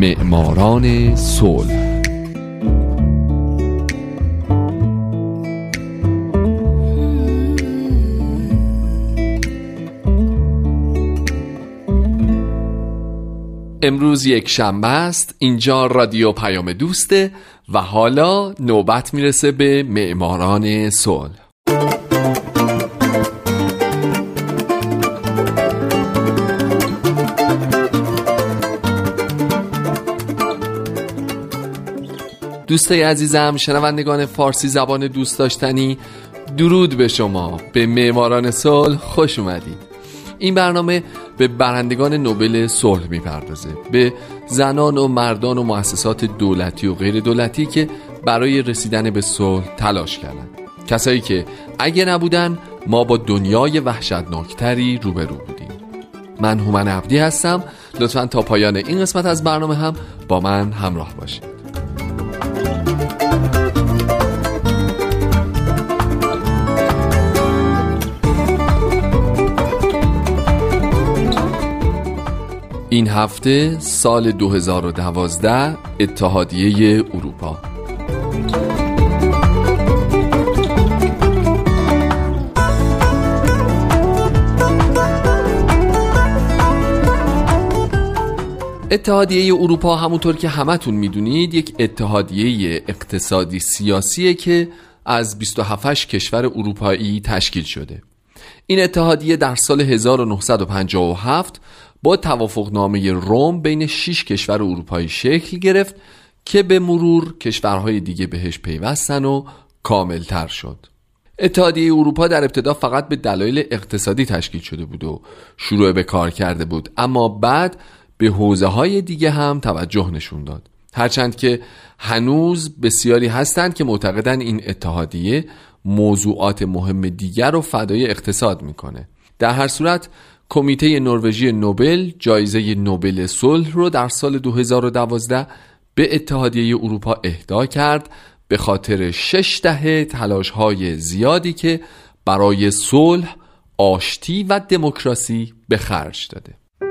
معماران صلح. امروز یک شنبه است، اینجا رادیو پیام دوسته و حالا نوبت میرسه به معماران صلح. دوستای عزیزم، شنوندگان فارسی زبان دوست داشتنی، درود به شما. به معماران صلح خوش اومدید. این برنامه به برندگان نوبل صلح میپردازه، به زنان و مردان و مؤسسات دولتی و غیر دولتی که برای رسیدن به صلح تلاش کردن، کسایی که اگه نبودن ما با دنیای وحشتناکتری روبرو بودیم. من هومن عبدی هستم. لطفاً تا پایان این قسمت از برنامه هم با من همراه باشید. این هفته سال 2012 اتحادیه اروپا. اتحادیه اروپا همونطور که همتون میدونید یک اتحادیه اقتصادی سیاسیه که از 27 کشور اروپایی تشکیل شده. این اتحادیه در سال 1957 با توافقنامه روم بین 6 کشور اروپایی شکل گرفت که به مرور کشورهای دیگه بهش پیوستن و کاملتر شد. اتحادیه اروپا در ابتدا فقط به دلایل اقتصادی تشکیل شده بود و شروع به کار کرده بود، اما بعد به حوزه‌های دیگه هم توجه نشون داد. هرچند که هنوز بسیاری هستند که معتقدن این اتحادیه موضوعات مهم دیگر رو فدای اقتصاد میکنه. در هر صورت کمیته نروژی نوبل جایزه نوبل صلح رو در سال 2012 به اتحادیه اروپا اهدا کرد به خاطر 6 دهه تلاش‌های زیادی که برای صلح، آشتی و دموکراسی به خرج داده.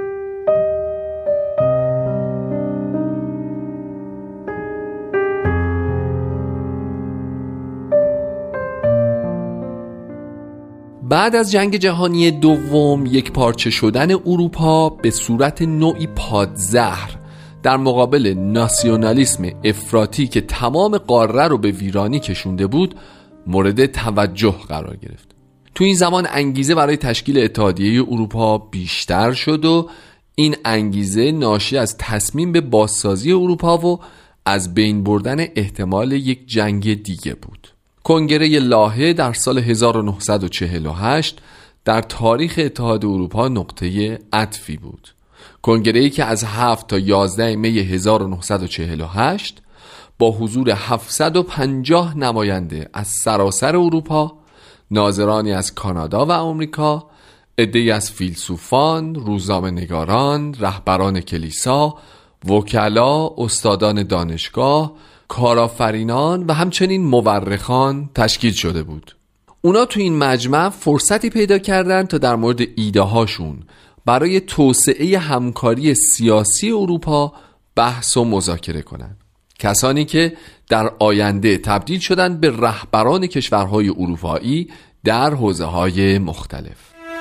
بعد از جنگ جهانی دوم یک پارچه شدن اروپا به صورت نوعی پادزهر در مقابل ناسیونالیسم افراطی که تمام قاره رو به ویرانی کشونده بود مورد توجه قرار گرفت. تو این زمان انگیزه برای تشکیل اتحادیه اروپا بیشتر شد و این انگیزه ناشی از تصمیم به بازسازی اروپا و از بین بردن احتمال یک جنگ دیگه بود. کنگره لاهه در سال 1948 در تاریخ اتحاد اروپا نقطه عطفی بود. کنگره‌ای که از 7 تا 11 می 1948 با حضور 750 نماینده از سراسر اروپا، ناظرانی از کانادا و آمریکا، عده‌ای از فیلسوفان، روزنامه‌نگاران، رهبران کلیسا، وکلا، استادان دانشگاه، کارآفرینان و همچنین مورخان تشکیل شده بود. اونا تو این مجمع فرصتی پیدا کردن تا در مورد ایده هاشون برای توسعه همکاری سیاسی اروپا بحث و مذاکره کنن. کسانی که در آینده تبدیل شدن به رهبران کشورهای اروپایی در حوزه‌های مختلف.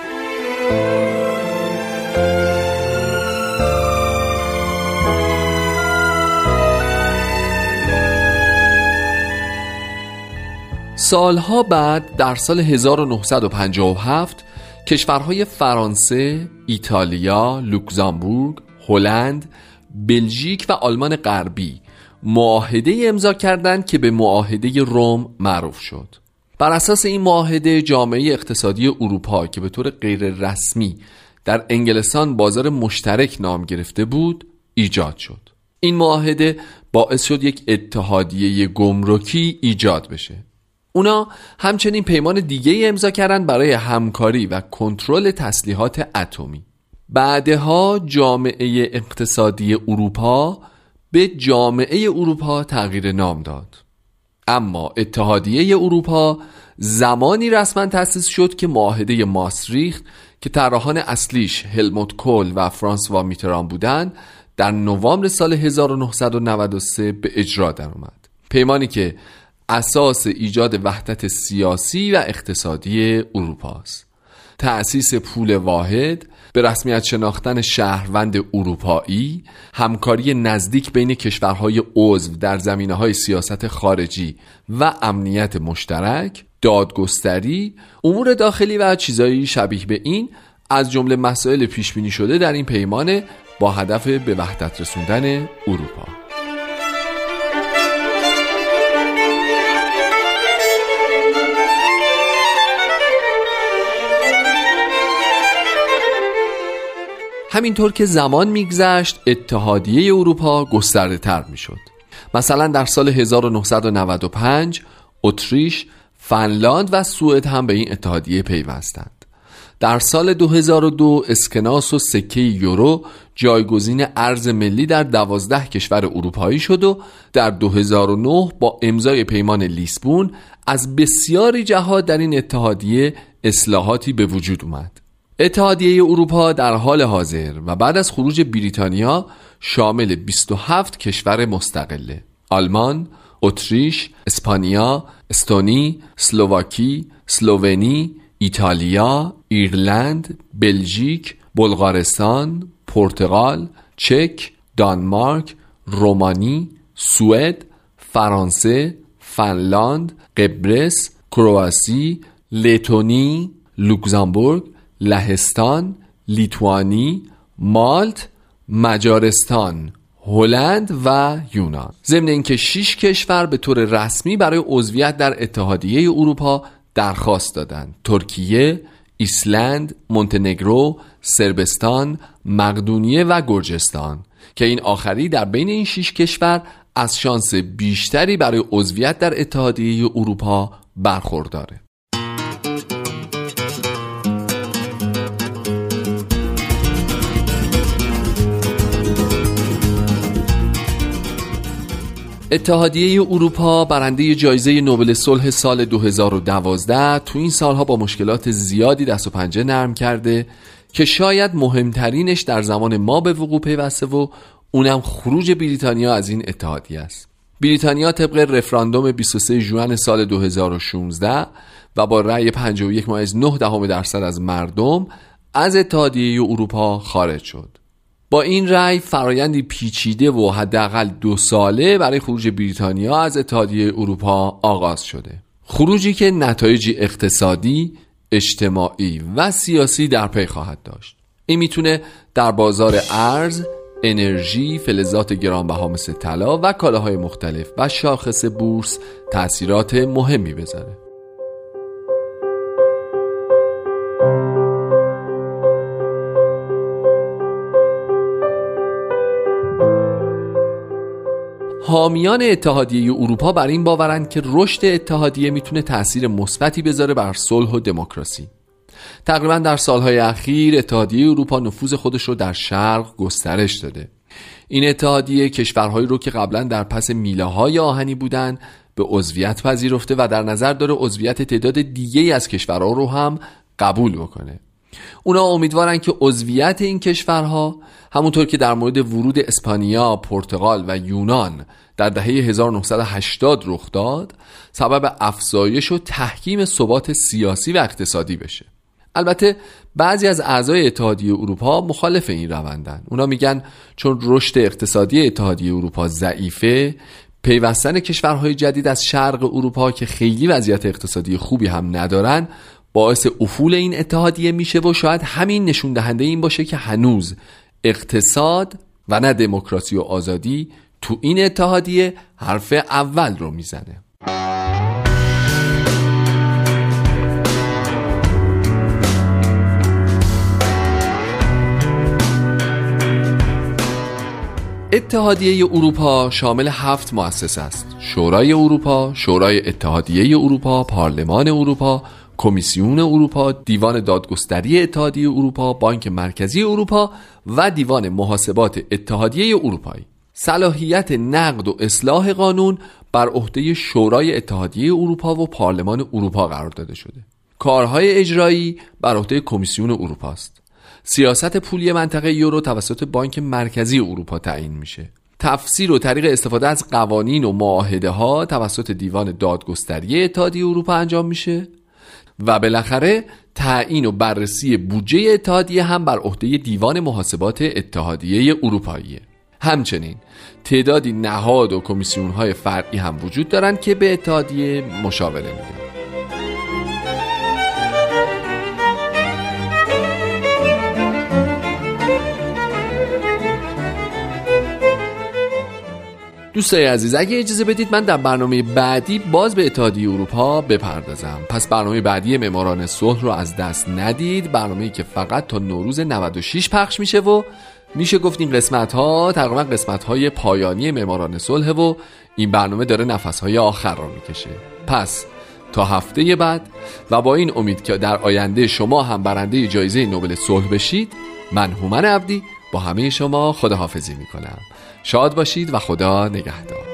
سالها بعد در سال 1957 کشورهای فرانسه، ایتالیا، لوکزامبورگ، هلند، بلژیک و آلمان غربی معاهده امضا کردند که به معاهده روم معروف شد. بر اساس این معاهده جامعه اقتصادی اروپا که به طور غیر رسمی در انگلستان بازار مشترک نام گرفته بود ایجاد شد. این معاهده باعث شد یک اتحادیه گمرکی ایجاد بشه. اونا همچنین پیمان دیگه امضا کردن برای همکاری و کنترل تسلیحات اتمی. بعدها جامعه اقتصادی اروپا به جامعه اروپا تغییر نام داد. اما اتحادیه اروپا زمانی رسما تأسیس شد که معاهده ماستریخت که طراحان اصلیش هلموت کول و فرانسوا میتران بودند در نوامبر سال 1993 به اجرا درآمد. پیمانی که اساس ایجاد وحدت سیاسی و اقتصادی اروپا است. تأسیس پول واحد، به رسمیت شناختن شهروند اروپایی، همکاری نزدیک بین کشورهای عضو در زمینه‌های سیاست خارجی و امنیت مشترک، دادگستری، امور داخلی و چیزایی شبیه به این از جمله مسائل پیش بینی شده در این پیمان با هدف به وحدت رسوندن اروپا. همینطور که زمان میگذشت اتحادیه اروپا گسترده تر میشد. مثلا در سال 1995 اتریش، فنلاند و سوئد هم به این اتحادیه پیوستند. در سال 2002 اسکناس و سکه یورو جایگزین ارز ملی در 12 کشور اروپایی شد و در 2009 با امضای پیمان لیسبون از بسیاری جهات در این اتحادیه اصلاحاتی به وجود اومد. اتحادیه اروپا در حال حاضر و بعد از خروج بریتانیا شامل 27 کشور مستقله: آلمان، اتریش، اسپانیا، استونی، اسلواکی، اسلوونی، ایتالیا، ایرلند، بلژیک، بلغارستان، پرتغال، چک، دانمارک، رومانی، سوئد، فرانسه، فنلاند، قبرس، کرواسی، لتونی، لوکزامبورگ، لهستان، لیتوانی، مالت، مجارستان، هلند و یونان. ضمن اینکه 6 کشور به طور رسمی برای عضویت در اتحادیه اروپا درخواست دادند: ترکیه، ایسلند، مونتنگرو، صربستان، مقدونیه و گرجستان، که این آخری در بین این 6 کشور از شانس بیشتری برای عضویت در اتحادیه اروپا برخورداره. اتحادیه اروپا برنده جایزه نوبل صلح سال 2012 تو این سالها با مشکلات زیادی دست و پنجه نرم کرده که شاید مهمترینش در زمان ما به وقوع پیوسته و اونم خروج بریتانیا از این اتحادیه است. بریتانیا طبق رفراندوم 23 ژوئن سال 2016 و با رأی 51.9% از مردم از اتحادیه اروپا خارج شد. با این رأی فرایندی پیچیده و حداقل 2 ساله برای خروج بریتانیا از اتحادیه اروپا آغاز شده. خروجی که نتایجی اقتصادی، اجتماعی و سیاسی در پی خواهد داشت. این میتونه در بازار ارز، انرژی، فلزات گرانبها مثل طلا و کالاهای مختلف و شاخص بورس تأثیرات مهمی بذاره. حامیان اتحادیه اروپا بر این باورند که رشد اتحادیه میتونه تأثیر مثبتی بذاره بر صلح و دموکراسی. تقریبا در سالهای اخیر اتحادیه اروپا نفوذ خودش رو در شرق گسترش داده. این اتحادیه کشورهایی رو که قبلا در پس میله‌های آهنی بودن به عضویت پذیرفته و در نظر داره عضویت تعداد دیگه‌ای از کشورها رو هم قبول بکنه. اونا امیدوارن که عضویت این کشورها همونطور که در مورد ورود اسپانیا، پرتغال و یونان در دهه 1980 رخ داد، سبب افزایش و تحکیم ثبات سیاسی و اقتصادی بشه. البته بعضی از اعضای اتحادیه اروپا مخالف این روندن. اونا میگن چون رشد اقتصادی اتحادیه اروپا ضعیفه، پیوستن کشورهای جدید از شرق اروپا که خیلی وضعیت اقتصادی خوبی هم ندارن باعث افول این اتحادیه میشه و شاید همین نشون دهنده این باشه که هنوز اقتصاد و نه دموکراسی و آزادی تو این اتحادیه حرف اول رو میزنه. اتحادیه اروپا شامل 7 مؤسسه است: شورای اروپا، شورای اتحادیه اروپا، پارلمان اروپا، کمیسیون اروپا، دیوان دادگستری اتحادیه اروپا، بانک مرکزی اروپا و دیوان محاسبات اتحادیه اروپایی. صلاحیت نقد و اصلاح قانون بر عهده شورای اتحادیه اروپا و پارلمان اروپا قرار داده شده. کارهای اجرایی بر عهده کمیسیون اروپا است. سیاست پولی منطقه یورو توسط بانک مرکزی اروپا تعیین میشه. تفسیر و طریق استفاده از قوانین و معاهده ها توسط دیوان دادگستری اتحادیه اروپا انجام میشه و بالاخره تعیین و بررسی بودجه اتحادیه هم بر عهده دیوان محاسبات اتحادیه اروپاییه. همچنین تعدادی نهاد و کمیسیون‌های فرعی هم وجود دارن که به اتحادیه مشاوره میدن. دوستای عزیز، اگه اجازه بدید من در برنامه بعدی باز به اتحادیه اروپا بپردازم. پس برنامه بعدی معماران صلح رو از دست ندید. برنامه‌ای که فقط تا نوروز 96 پخش میشه و میشه گفت این قسمت‌ها تقریبا قسمت‌های پایانی معماران صلح و این برنامه داره نفس‌های آخر رو میکشه. پس تا هفته بعد و با این امید که در آینده شما هم برنده جایزه نوبل صلح بشید، من هومن عبدی با همه شما خداحافظی میکنم. شاد باشید و خدا نگهدار.